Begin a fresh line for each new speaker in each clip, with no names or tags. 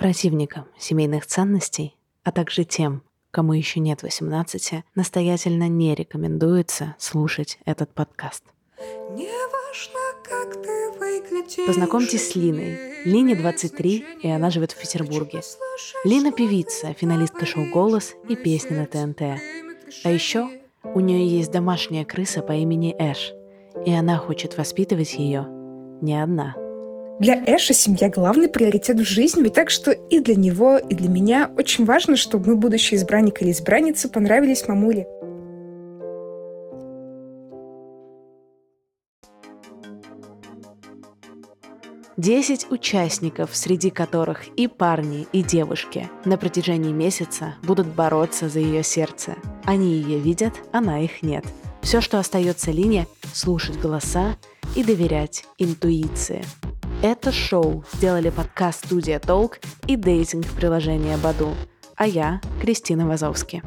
противникам семейных ценностей, а также тем, кому еще нет 18, настоятельно не рекомендуется слушать этот подкаст. Познакомьтесь с Линой. Лине 23, и она живет в Петербурге. Лина — певица, финалистка шоу «Голос» и песни на ТНТ. А еще у нее есть домашняя крыса по имени Эш, и она хочет воспитывать ее не одна.
Для Эша семья — главный приоритет в жизни, так что и для него, и для меня очень важно, чтобы мы, будущий избранник или избранница, понравились мамуле.
Десять участников, среди которых и парни, и девушки, на протяжении месяца будут бороться за ее сердце. Они ее видят, она их нет. Все, что остается Лине — слушать голоса и доверять интуиции. Это шоу сделали подкаст-студия «Толк» и дейтинг-приложение «Баду». А я — Кристина Вазовски.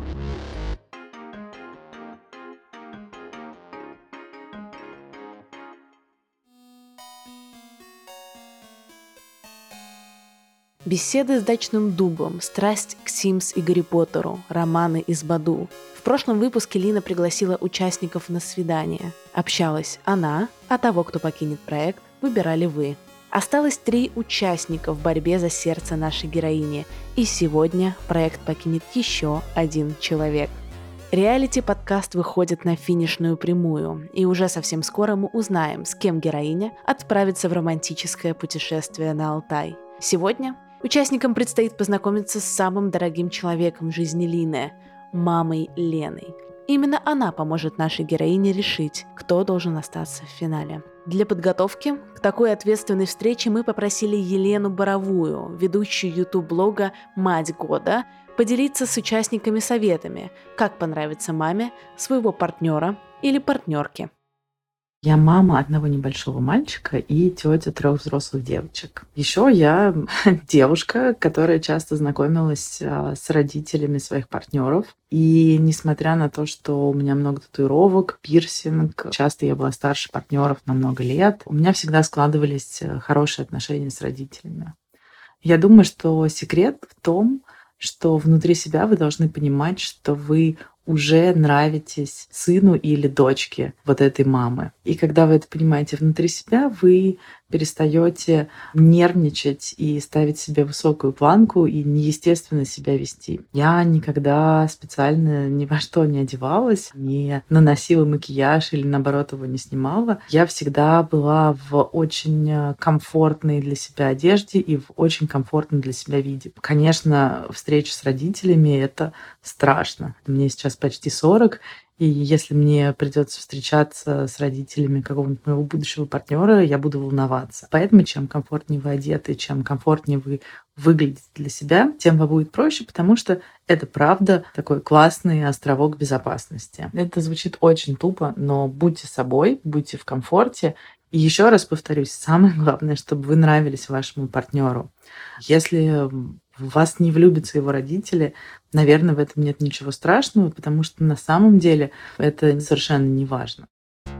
Беседы с дачным дубом, страсть к Симс и Гарри Поттеру, романы из Баду. В прошлом выпуске Лина пригласила участников на свидание. Общалась она, а того, кто покинет проект, выбирали вы. Осталось 3 участника в борьбе за сердце нашей героини, и сегодня проект покинет еще 1 человек. Реалити-подкаст выходит на финишную прямую, и уже совсем скоро мы узнаем, с кем героиня отправится в романтическое путешествие на Алтай. Сегодня участникам предстоит познакомиться с самым дорогим человеком в жизни Лины – мамой Леной. Именно она поможет нашей героине решить, кто должен остаться в финале. Для подготовки к такой ответственной встрече мы попросили Елену Боровую, ведущую YouTube-блога «Мать года», поделиться с участниками советами, как понравится маме своего партнера или партнерки.
Я мама одного небольшого мальчика и тетя 3 взрослых девочек. Еще я девушка, которая часто знакомилась с родителями своих партнеров. И несмотря на то, что у меня много татуировок, пирсинг, часто я была старше партнеров на много лет, у меня всегда складывались хорошие отношения с родителями. Я думаю, что секрет в том, что внутри себя вы должны понимать, что вы уже нравитесь сыну или дочке вот этой мамы. И когда вы это понимаете внутри себя, вы перестаете нервничать и ставить себе высокую планку и неестественно себя вести. Я никогда специально ни во что не одевалась, не наносила макияж или наоборот его не снимала. Я всегда была в очень комфортной для себя одежде и в очень комфортном для себя виде. Конечно, встреча с родителями — это страшно. Мне сейчас почти 40, и если мне придется встречаться с родителями какого-нибудь моего будущего партнера, я буду волноваться. Поэтому чем комфортнее вы одеты, чем комфортнее вы выглядите для себя, тем вам будет проще, потому что это правда такой классный островок безопасности. Это звучит очень тупо, но будьте собой, будьте в комфорте. И еще раз повторюсь, самое главное, чтобы вы нравились вашему партнеру. Если в вас не влюбятся его родители, наверное, в этом нет ничего страшного, потому что на самом деле это совершенно не важно.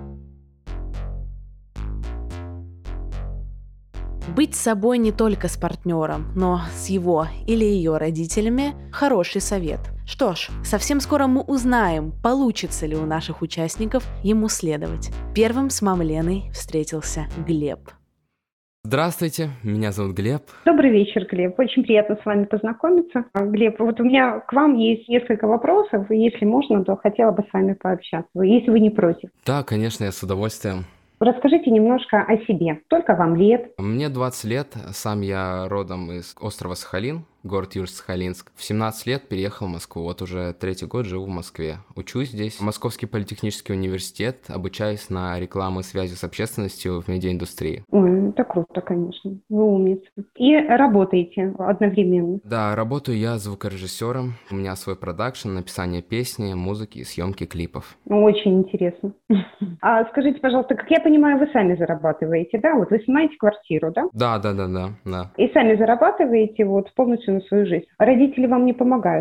Быть собой не только с партнером, но с его или ее родителями – хороший совет. Что ж, совсем скоро мы узнаем, получится ли у наших участников ему следовать. Первым с мамой Леной встретился Глеб.
Здравствуйте, меня зовут Глеб.
Добрый вечер, Глеб. Очень приятно с вами познакомиться. Глеб, вот у меня к вам есть несколько вопросов, и если можно, то хотела бы с вами пообщаться, если вы не против.
Да, конечно, я с удовольствием.
Расскажите немножко о себе. Сколько вам лет?
Мне 20 лет, сам я родом из острова Сахалин, город Южск-Сахалинск. В 17 лет переехал в Москву, вот уже 3-й год живу в Москве. Учусь здесь. Московский политехнический университет, обучаюсь на рекламу и связи с общественностью в медиаиндустрии.
Ой, это круто, конечно. Вы умница. И работаете одновременно?
Да, работаю я звукорежиссером. У меня свой продакшн, написание песни, музыки и съемки клипов.
Очень интересно. А скажите, пожалуйста, как я понимаю, вы сами зарабатываете, да? Вот вы снимаете квартиру, да?
Да.
И сами зарабатываете вот полностью на свою жизнь. Родители вам не помогают?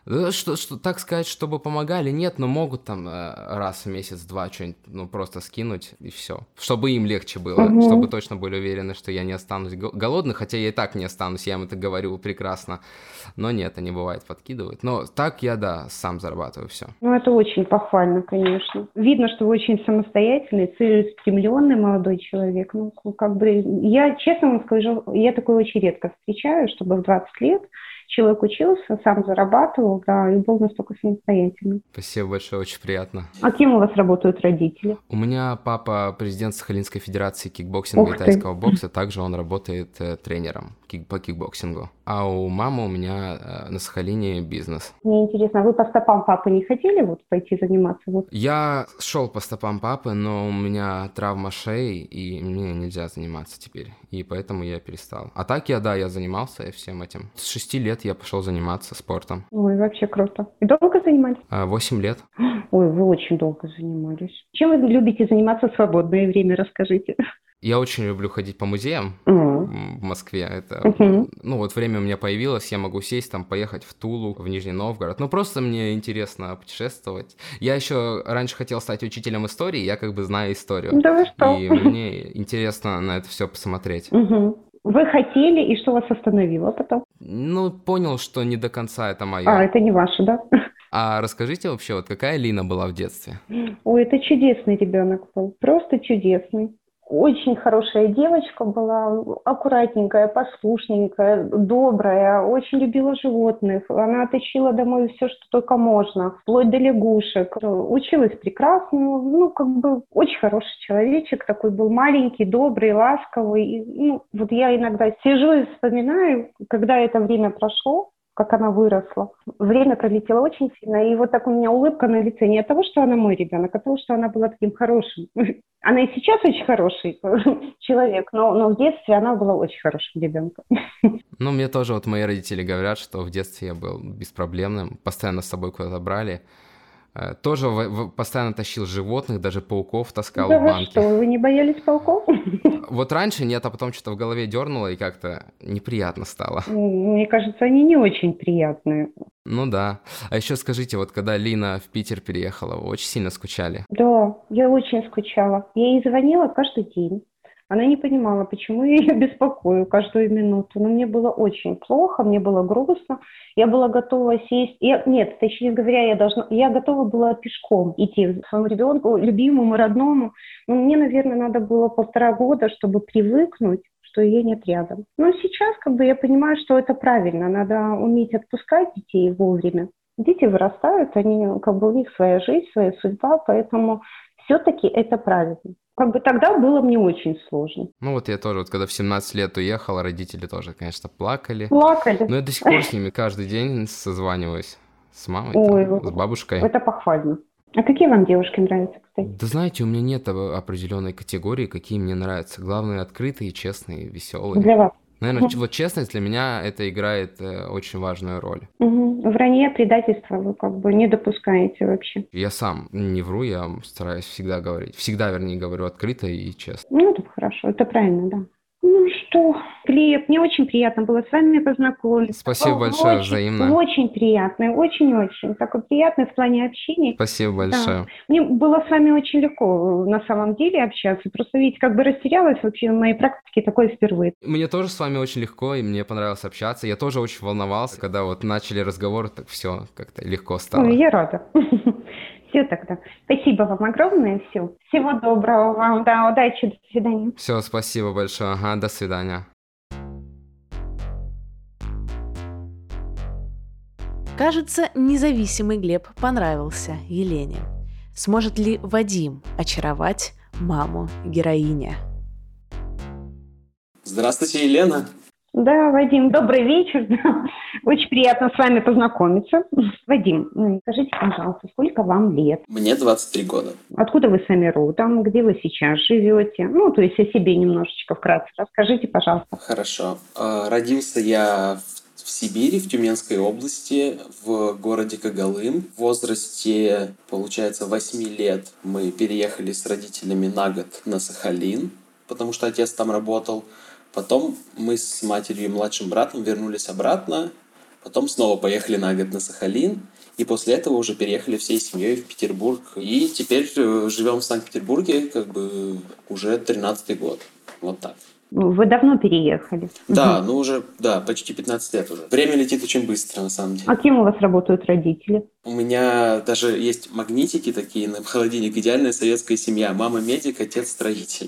Да, что, так сказать, чтобы помогали, нет, но могут там раз в месяц-два что-нибудь, ну, просто скинуть, и все. Чтобы им легче было, чтобы точно были уверены, что я не останусь голодным, хотя я и так не останусь, я им это говорю прекрасно. Но нет, они, бывает, подкидывают. Но так я, да, сам зарабатываю все.
Ну, это очень похвально, конечно. Видно, что вы очень самостоятельный, целеустремленный молодой человек. Ну, как бы, я, честно вам скажу, я такое очень редко встречаю, чтобы в 20 лет человек учился, сам зарабатывал, да, и был настолько самостоятельным.
Спасибо большое, очень приятно.
А кем у вас работают родители?
У меня папа президент Сахалинской федерации кикбоксинга и тайского бокса, также он работает тренером по кикбоксингу. А у мамы у меня на Сахалине бизнес.
Мне интересно, вы по стопам папы не хотели вот пойти заниматься? Вот?
Я шел по стопам папы, но у меня травма шеи, и мне нельзя заниматься теперь. И поэтому я перестал. А так я занимался всем этим. С 6 лет я пошел заниматься спортом.
Ой, вообще круто. И долго занимались?
8 лет.
Ой, вы очень долго занимались. Чем вы любите заниматься в свободное время, расскажите.
Я очень люблю ходить по музеям в Москве. Это, ну, вот время у меня появилось, я могу сесть там, поехать в Тулу, в Нижний Новгород. Ну, просто мне интересно путешествовать. Я еще раньше хотел стать учителем истории, я как бы знаю историю.
Да вы что?
И мне интересно на это все посмотреть.
Вы хотели, и что вас остановило потом?
Ну, понял, что не до конца это мое.
А, это не ваше, да?
А расскажите вообще, вот какая Лина была в детстве?
Ой, это чудесный ребенок был, просто чудесный. Очень хорошая девочка была, аккуратненькая, послушненькая, добрая, очень любила животных. Она тащила домой все, что только можно, вплоть до лягушек. Училась прекрасно, ну, как бы очень хороший человечек, такой был маленький, добрый, ласковый. И, ну, вот я иногда сижу и вспоминаю, когда это время прошло, как она выросла. Время пролетело очень сильно, и вот так у меня улыбка на лице не от того, что она мой ребенок, а от того, что она была таким хорошим. Она и сейчас очень хороший человек, но в детстве она была очень хорошим ребенком.
Ну, мне тоже вот мои родители говорят, что в детстве я был беспроблемным, постоянно с собой куда-то брали. Тоже постоянно тащил животных, даже пауков таскал в банки.
Что, вы не боялись пауков?
Вот раньше нет, а потом что-то в голове дернуло, и как-то неприятно стало.
Мне кажется, они не очень приятные.
Ну да. А еще скажите, вот когда Лина в Питер переехала, вы очень сильно скучали?
Да, я очень скучала. Я ей звонила каждый день. Она не понимала, почему я ее беспокою каждую минуту. Но мне было очень плохо, мне было грустно. Я была готова сесть... Нет, точнее говоря, я готова была пешком идти к своему ребенку, любимому, родному. Но мне, наверное, надо было 1,5 года, чтобы привыкнуть, что ее нет рядом. Но сейчас как бы я понимаю, что это правильно. Надо уметь отпускать детей вовремя. Дети вырастают, они как бы у них своя жизнь, своя судьба, поэтому все-таки это правильно. Как бы тогда было мне очень сложно.
Ну вот я тоже, вот когда в 17 лет уехал, родители тоже, конечно, плакали.
Плакали.
Но я до сих пор с ними каждый день созваниваюсь. С мамой,
Ой,
там, с бабушкой.
Это похвально. А какие вам девушки нравятся, кстати?
Да знаете, у меня нет определенной категории, какие мне нравятся. Главное, открытые, честные, веселые.
Для вас?
Наверное, вот честность для меня это играет очень важную роль.
Вранье, предательство вы как бы не допускаете вообще.
Я сам не вру, я стараюсь всегда говорить. Всегда, вернее, говорю открыто и честно.
Ну, это хорошо, это правильно, да. Ну что, Глеб, мне очень приятно было с вами познакомиться.
Спасибо большое, взаимно.
Очень приятно, очень-очень. Такой приятный в плане общения.
Спасибо большое.
Да. Мне было с вами очень легко на самом деле общаться. Просто, видите, как бы растерялась вообще в моей практике такое впервые.
Мне тоже с вами очень легко, и мне понравилось общаться. Я тоже очень волновался, когда вот начали разговор, так все как-то легко стало.
Ой, я рада. Все тогда. Спасибо вам огромное. Всего доброго вам. Да, удачи. До свидания.
Все, спасибо большое. Ага, до свидания.
Кажется, независимый Глеб понравился Елене. Сможет ли Вадим очаровать маму героиня?
Здравствуйте, Елена.
Да, Вадим, добрый вечер. Очень приятно с вами познакомиться. Вадим, скажите, пожалуйста, сколько вам лет?
Мне 23 года.
Откуда вы сами родом? Где вы сейчас живете? Ну, то есть о себе немножечко вкратце расскажите, пожалуйста.
Хорошо. Родился я в Сибири, в Тюменской области, в городе Когалым. В возрасте, получается, 8 лет мы переехали с родителями на год на Сахалин, потому что отец там работал. Потом мы с матерью и младшим братом вернулись обратно, Потом снова поехали на год на Сахалин. И после этого уже переехали всей семьей в Петербург. И теперь живем в Санкт-Петербурге уже 13-й год. Вот так.
Вы давно переехали?
Да, уже почти 15 лет уже. Время летит очень быстро, на самом деле.
А кем у вас работают родители?
У меня даже есть магнитики такие на холодильник. Идеальная советская семья. Мама медик, отец строитель.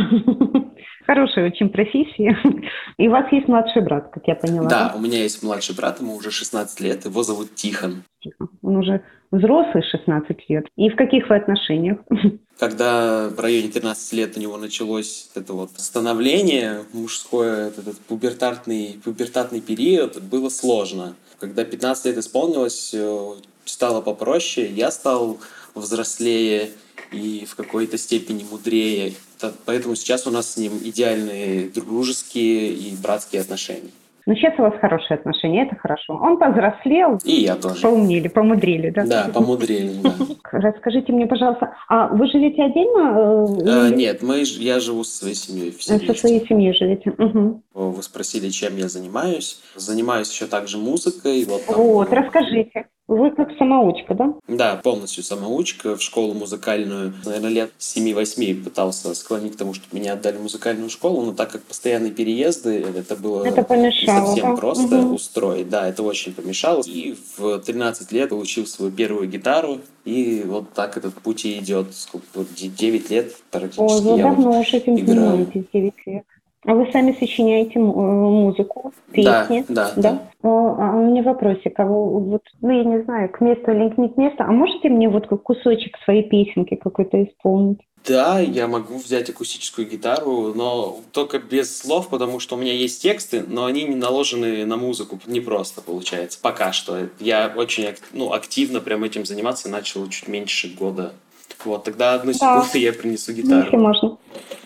Хорошая очень профессия. И у вас есть младший брат, как я поняла.
Да, у меня есть младший брат, ему уже 16 лет, его зовут Тихон.
Он уже взрослый, 16 лет. И в каких вы отношениях?
Когда в районе 13 лет у него началось это становление мужское, этот пубертатный период, было сложно. Когда 15 лет исполнилось, стало попроще, я стал взрослее и в какой-то степени мудрее. Поэтому сейчас у нас с ним идеальные дружеские и братские отношения.
Ну, сейчас у вас хорошие отношения, это хорошо. Он повзрослел.
И я тоже.
Поумнели, помудрили, да?
Да, помудрили, да.
Расскажите мне, пожалуйста, а вы живете отдельно?
Нет, я живу со своей семьей в Сибири.
Со своей семьей живете? Угу.
Вы спросили, чем я занимаюсь. Занимаюсь еще также музыкой.
Расскажите. Вы как самоучка, да?
Да, полностью самоучка. В школу музыкальную, наверное, лет 7-8 пытался склонить к тому, чтобы меня отдали в музыкальную школу, но так как постоянные переезды, это было не совсем просто устроить. Да, это очень помешало. И в 13 лет получил свою первую гитару, и вот так этот путь и идет. 9 лет практически
вы
я
давно уже этим
играю.
занимаетесь, 9 лет. А вы сами сочиняете музыку, песни?
Да.
А у меня вопросик. Я не знаю, к месту или не к месту. А можете мне как кусочек своей песенки какой-то исполнить?
Да, я могу взять акустическую гитару, но только без слов, потому что у меня есть тексты, но они не наложены на музыку. Не просто получается. Пока что. Я очень активно прям этим заниматься начал чуть меньше года. Тогда одну секунду я принесу гитару.
Если можно.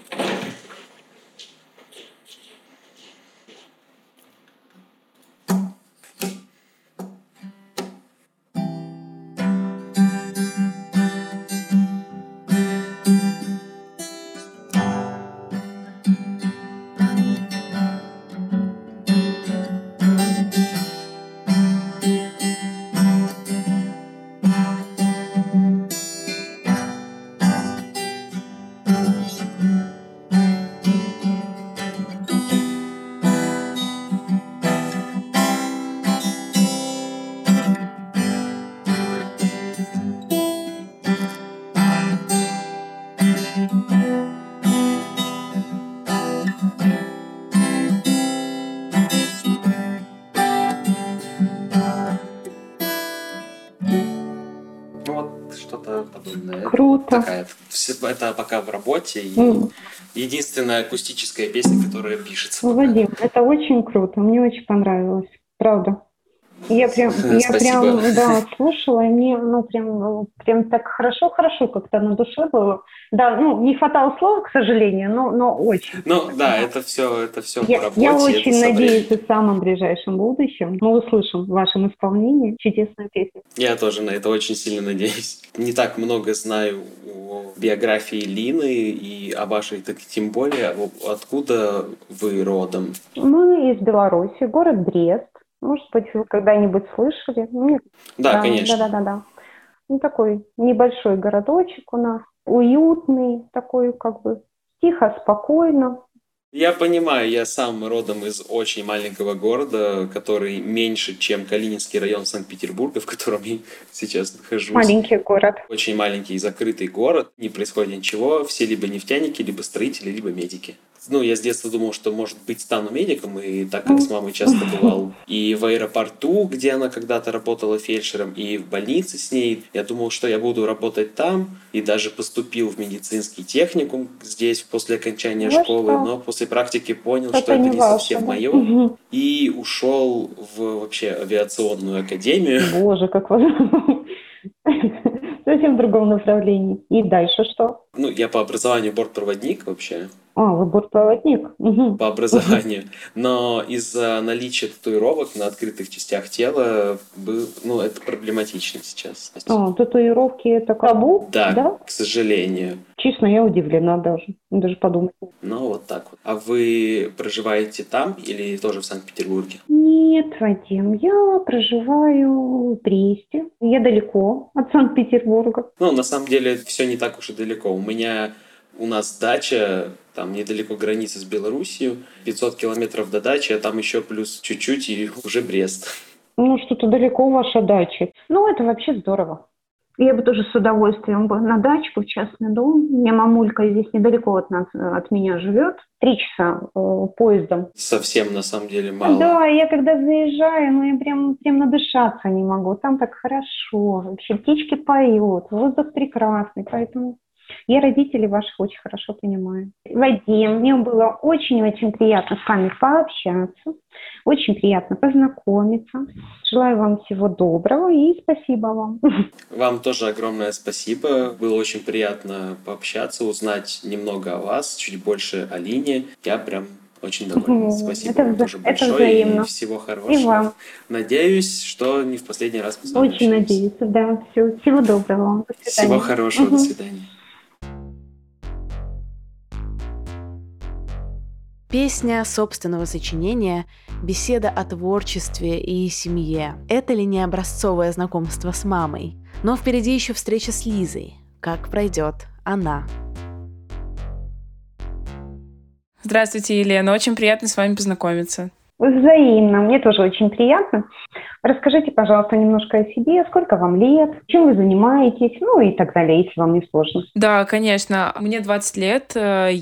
Что-то подобное.
Круто.
Это пока в работе. И единственная акустическая песня, которая пишется.
Вадим, это очень круто. Мне очень понравилось. Правда. Я прям слушала, и мне прям так хорошо как-то на душе было. Да, не хватало слов, к сожалению, но очень.
Это все по работе.
Я очень надеюсь, в самом ближайшем будущем мы услышим в вашем исполнении чудесную песню.
Я тоже на это очень сильно надеюсь. Не так много знаю о биографии Лины и о вашей, так тем более, откуда вы родом?
Мы из Беларуси, город Брест. Может быть, вы когда-нибудь слышали?
Да, конечно.
Да. Такой небольшой городочек у нас, уютный, такой тихо, спокойно.
Я понимаю, я сам родом из очень маленького города, который меньше, чем Калининский район Санкт-Петербурга, в котором я сейчас нахожусь.
Маленький город.
Очень маленький закрытый город, не происходит ничего, все либо нефтяники, либо строители, либо медики. Я с детства думал, что, может быть, стану медиком, и так как с мамой часто бывал и в аэропорту, где она когда-то работала фельдшером, и в больнице с ней, я думал, что я буду работать там, и даже поступил в медицинский техникум здесь после окончания школы, но после практики понял, что это не совсем мое, и ушел в вообще авиационную академию.
Боже, как вы... Совсем в другом направлении. И дальше что?
Я по образованию бортпроводник вообще.
Вы бортпроводник? Угу.
По образованию. Но из-за наличия татуировок на открытых частях тела это проблематично сейчас.
Татуировки — это табу?
Да, к сожалению.
Честно, я удивлена даже подумать.
Вот так вот. А вы проживаете там или тоже в Санкт-Петербурге?
Нет, Вадим, я проживаю в Бресте. Я далеко от Санкт-Петербурга.
На самом деле все не так уж и далеко. У нас дача там недалеко границы с Белоруссией, 500 километров до дачи, а там еще плюс чуть-чуть и уже Брест.
Что-то далеко ваша дача. Это вообще здорово. Я бы тоже с удовольствием на дачку, в частный дом. У меня мамулька здесь недалеко от меня живет. 3 часа поездом.
Совсем, на самом деле, мало.
Да, я когда заезжаю, я прям надышаться не могу. Там так хорошо, вообще птички поют, воздух прекрасный, поэтому... Я родителей ваших очень хорошо понимаю. Вадим, мне было очень-очень приятно с вами пообщаться. Очень приятно познакомиться. Желаю вам всего доброго и спасибо вам.
Вам тоже огромное спасибо. Было очень приятно пообщаться, узнать немного о вас, чуть больше о Лине. Я прям очень довольна. Спасибо вам тоже большое. И всего хорошего.
И вам.
Надеюсь, что не в последний раз мы с вами
Очень надеюсь, да. Всего доброго вам. До свидания.
Всего хорошего. До свидания.
Песня собственного сочинения, беседа о творчестве и семье. Это ли не образцовое знакомство с мамой? Но впереди еще встреча с Лизой. Как пройдет она?
Здравствуйте, Елена. Очень приятно с вами познакомиться.
Взаимно. Мне тоже очень приятно. Расскажите, пожалуйста, немножко о себе. Сколько вам лет? Чем вы занимаетесь? И так далее, если вам не сложно.
Да, конечно. Мне 20 лет.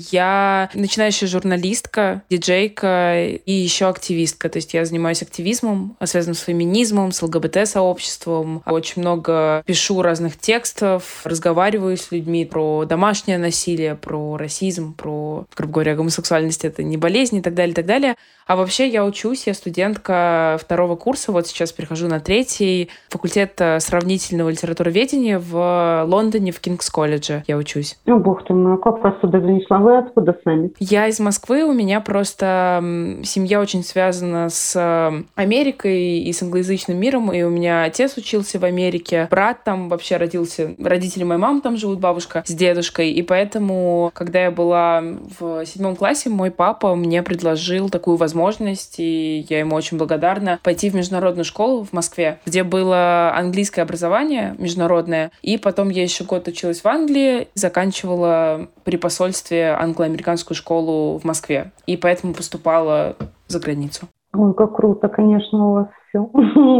Я начинающая журналистка, диджейка и еще активистка. То есть я занимаюсь активизмом, связанным с феминизмом, с ЛГБТ-сообществом. Очень много пишу разных текстов, разговариваю с людьми про домашнее насилие, про расизм, про, грубо говоря, гомосексуальность — это не болезнь и так далее, и так далее. А вообще я учусь, я студентка 2-го курса, вот сейчас перехожу на 3-й, факультет сравнительного литературоведения в Лондоне, в Кингс-колледже я учусь.
Бог ты мой, как вас туда занесла? Вы откуда сами?
Я из Москвы, у меня просто семья очень связана с Америкой и с англоязычным миром, и у меня отец учился в Америке, брат там вообще родился, родители моей мамы там живут, бабушка с дедушкой, и поэтому, когда я была в 7 классе, мой папа мне предложил такую возможность, и я ему очень благодарна, пойти в международную школу в Москве, где было английское образование международное, и потом я еще год училась в Англии, заканчивала при посольстве англо-американскую школу в Москве, и поэтому поступала за границу.
Ой, как круто, конечно, у вас все.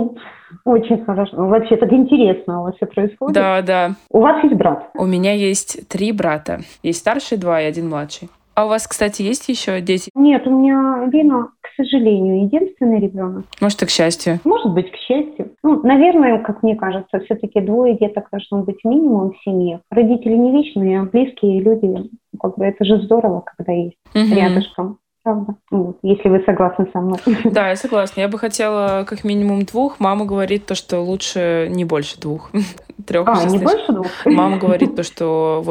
Очень хорошо. Вообще, так интересно у вас все происходит.
Да.
У вас есть брат?
У меня есть 3 брата. Есть старший 2 и 1 младший. А у вас, кстати, есть еще дети?
Нет, у меня Лина, к сожалению, единственный ребенок.
Может, и к счастью.
Может быть, к счастью. Наверное, как мне кажется, все-таки 2 деток должно быть минимум в семье. Родители не вечные, а близкие люди. Это же здорово, когда есть рядышком. Правда? Если вы согласны со мной.
Да, я согласна. Я бы хотела как минимум 2. Мама говорит то, что лучше не больше 2. 3.
Не больше 2?
Мама говорит то, что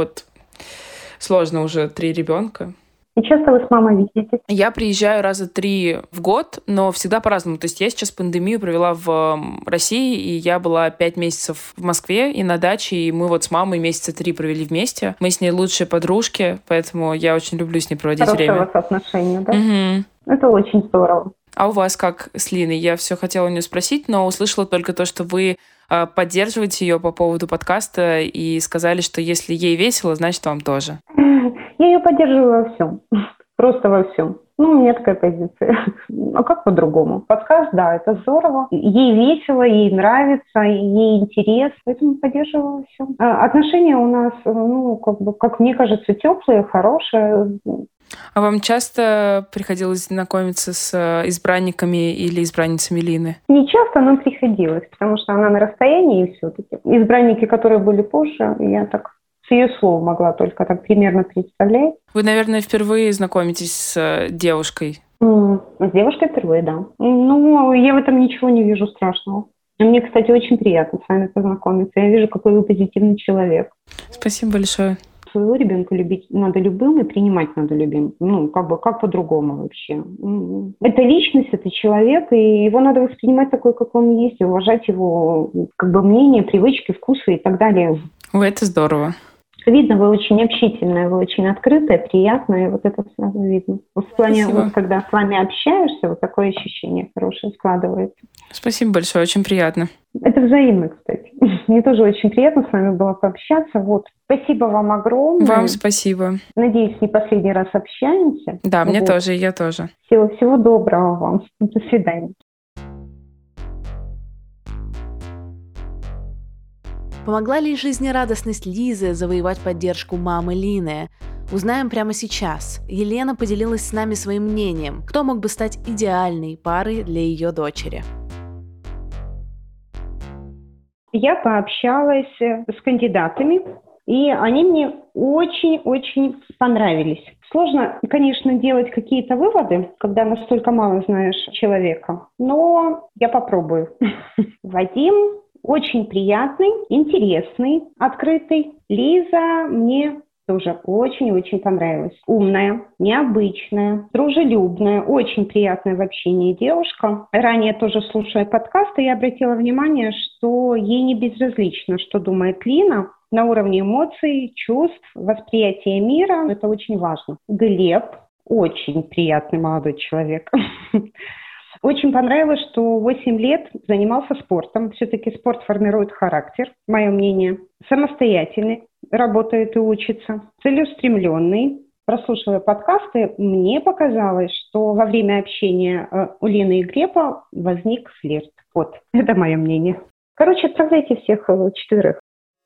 сложно уже 3 ребенка.
И часто вы с мамой видитесь?
Я приезжаю раза 3 в год, но всегда по-разному. То есть я сейчас пандемию провела в России, и я была 5 месяцев в Москве и на даче, и мы с мамой месяца 3 провели вместе. Мы с ней лучшие подружки, поэтому я очень люблю с ней проводить время.
Хорошее у вас отношение, да?
Угу.
Это очень здорово.
А у вас как с Линой? Я все хотела у нее спросить, но услышала только то, что вы поддерживаете ее по поводу подкаста и сказали, что если ей весело, значит, вам тоже.
Я ее поддерживаю во всем. Просто во всем. У меня такая позиция. А как по-другому? Подкаст, да, это здорово. Ей весело, ей нравится, ей интерес. Поэтому поддерживаю во всем. Отношения у нас, как мне кажется, теплые, хорошие.
А вам часто приходилось знакомиться с избранниками или избранницами Лины?
Не часто, но приходилось, потому что она на расстоянии все-таки. Избранники, которые были позже, я так с ее слов могла только так примерно представлять.
Вы, наверное, впервые знакомитесь с девушкой?
С девушкой впервые, да. Я в этом ничего не вижу страшного. Мне, кстати, очень приятно с вами познакомиться. Я вижу, какой вы позитивный человек.
Спасибо большое.
Своего ребенка любить надо любым и принимать надо любым. Как по-другому вообще. Это личность, это человек, и его надо воспринимать такой, как он есть, и уважать его мнение, привычки, вкусы и так далее.
Ой, это здорово.
Видно, вы очень общительная, вы очень открытая, приятная, и это сразу видно. В плане, когда с вами общаешься, такое ощущение хорошее складывается.
Спасибо большое, очень приятно.
Это взаимно, кстати. Мне тоже очень приятно с вами было пообщаться. Спасибо вам огромное.
Вам спасибо.
Надеюсь, не последний раз общаемся.
Да, мне тоже, и я тоже.
Всего доброго вам. До свидания.
Помогла ли жизнерадостность Лизы завоевать поддержку мамы Лины? Узнаем прямо сейчас. Елена поделилась с нами своим мнением, кто мог бы стать идеальной парой для ее дочери.
Я пообщалась с кандидатами, и они мне очень-очень понравились. Сложно, конечно, делать какие-то выводы, когда настолько мало знаешь человека, но я попробую. Вадим очень приятный, интересный, открытый. Лиза мне тоже очень-очень понравилась. Умная, необычная, дружелюбная, очень приятная в общении девушка. Ранее тоже, слушая подкасты, я обратила внимание, что ей не безразлично, что думает Лина. На уровне эмоций, чувств, восприятия мира. Это очень важно. Глеб очень приятный молодой человек. Очень понравилось, что 8 лет занимался спортом. Все-таки спорт формирует характер, мое мнение. Самостоятельный, работает и учится. Целеустремленный. Прослушивая подкасты, мне показалось, что во время общения у Лины и Глеба возник флирт. Это мое мнение. Отправляйте всех 4.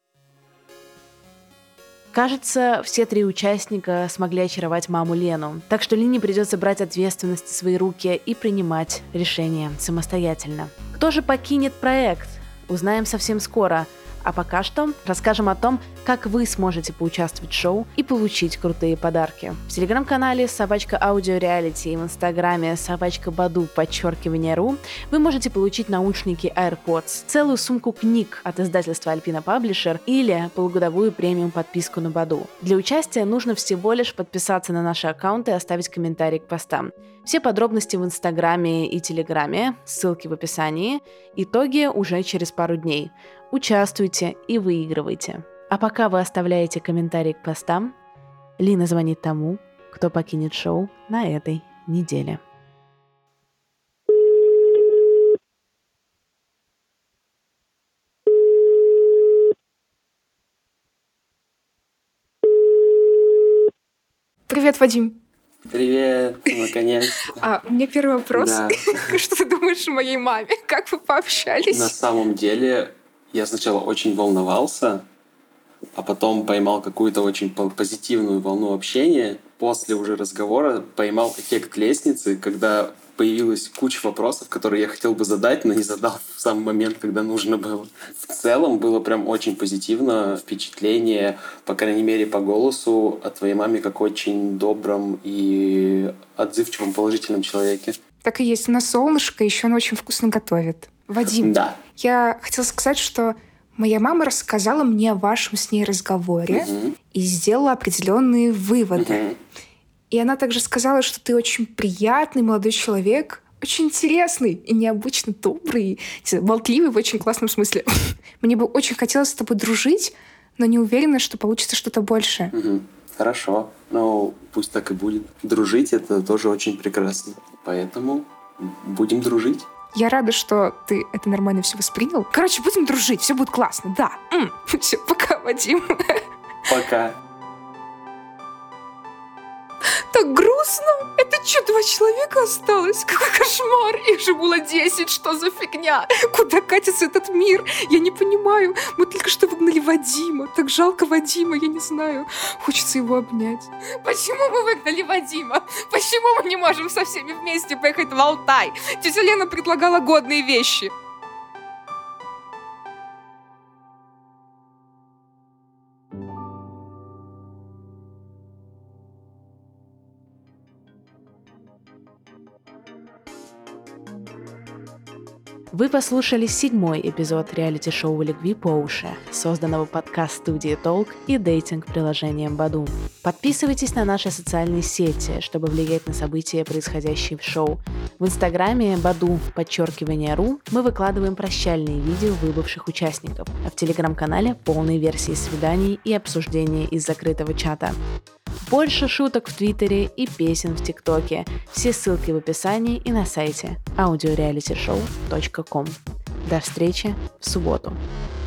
Кажется, все 3 участника смогли очаровать маму Лену, так что Лине придется брать ответственность в свои руки и принимать решения самостоятельно. Кто же покинет проект? Узнаем совсем скоро. А пока что расскажем о том, как вы сможете поучаствовать в шоу и получить крутые подарки. В телеграм-канале @audioreality и в инстаграме @badu_ру вы можете получить наушники AirPods, целую сумку книг от издательства Alpina Publisher или полугодовую премиум подписку на Баду. Для участия нужно всего лишь подписаться на наши аккаунты и оставить комментарий к постам. Все подробности в инстаграме и телеграме, ссылки в описании. Итоги уже через пару дней. Участвуйте и выигрывайте. А пока вы оставляете комментарий к постам, Лина звонит тому, кто покинет шоу на этой неделе.
Привет, Вадим.
Привет, наконец-то.
У меня первый вопрос.
Да.
Что ты думаешь о моей маме? Как вы пообщались?
На самом деле, я сначала очень волновался, а потом поймал какую-то очень позитивную волну общения. После уже разговора поймал эффект лестницы, когда появилась куча вопросов, которые я хотел бы задать, но не задал в самый момент, когда нужно было. В целом было прям очень позитивно впечатление, по крайней мере, по голосу о твоей маме как очень добром и отзывчивом, положительном человеке.
Так и есть. У нас солнышко, еще она очень вкусно готовит. Вадим,
Да.
я хотела сказать, что моя мама рассказала мне о вашем с ней разговоре и сделала определенные выводы. И она также сказала, что ты очень приятный молодой человек, очень интересный и необычно добрый, болтливый в очень классном смысле. Мне бы очень хотелось с тобой дружить, но не уверена, что получится что-то большее.
Хорошо. Ну, пусть так и будет. Дружить — это тоже очень прекрасно. Поэтому будем дружить.
Я рада, что ты это нормально все воспринял. Будем дружить, все будет классно, да. Все, пока, Вадим.
Пока.
Так грустно. Это что, 2 человека осталось? Какой кошмар. Их же было 10. Что за фигня? Куда катится этот мир? Я не понимаю. Мы только что выгнали Вадима. Так жалко Вадима, я не знаю. Хочется его обнять.
Почему мы выгнали Вадима? Почему мы не можем со всеми вместе поехать в Алтай? Тетя Лена предлагала годные вещи.
Вы послушали 7-й эпизод реалити-шоу «Любви по уши», созданного подкаст-студией Толк и дейтинг-приложением Badoo. Подписывайтесь на наши социальные сети, чтобы влиять на события, происходящие в шоу. В инстаграме Badoo_ру мы выкладываем прощальные видео выбывших участников, а в телеграм-канале полные версии свиданий и обсуждения из закрытого чата. Больше шуток в Твиттере и песен в ТикТоке. Все ссылки в описании и на сайте audiorealityshow.com. До встречи в субботу.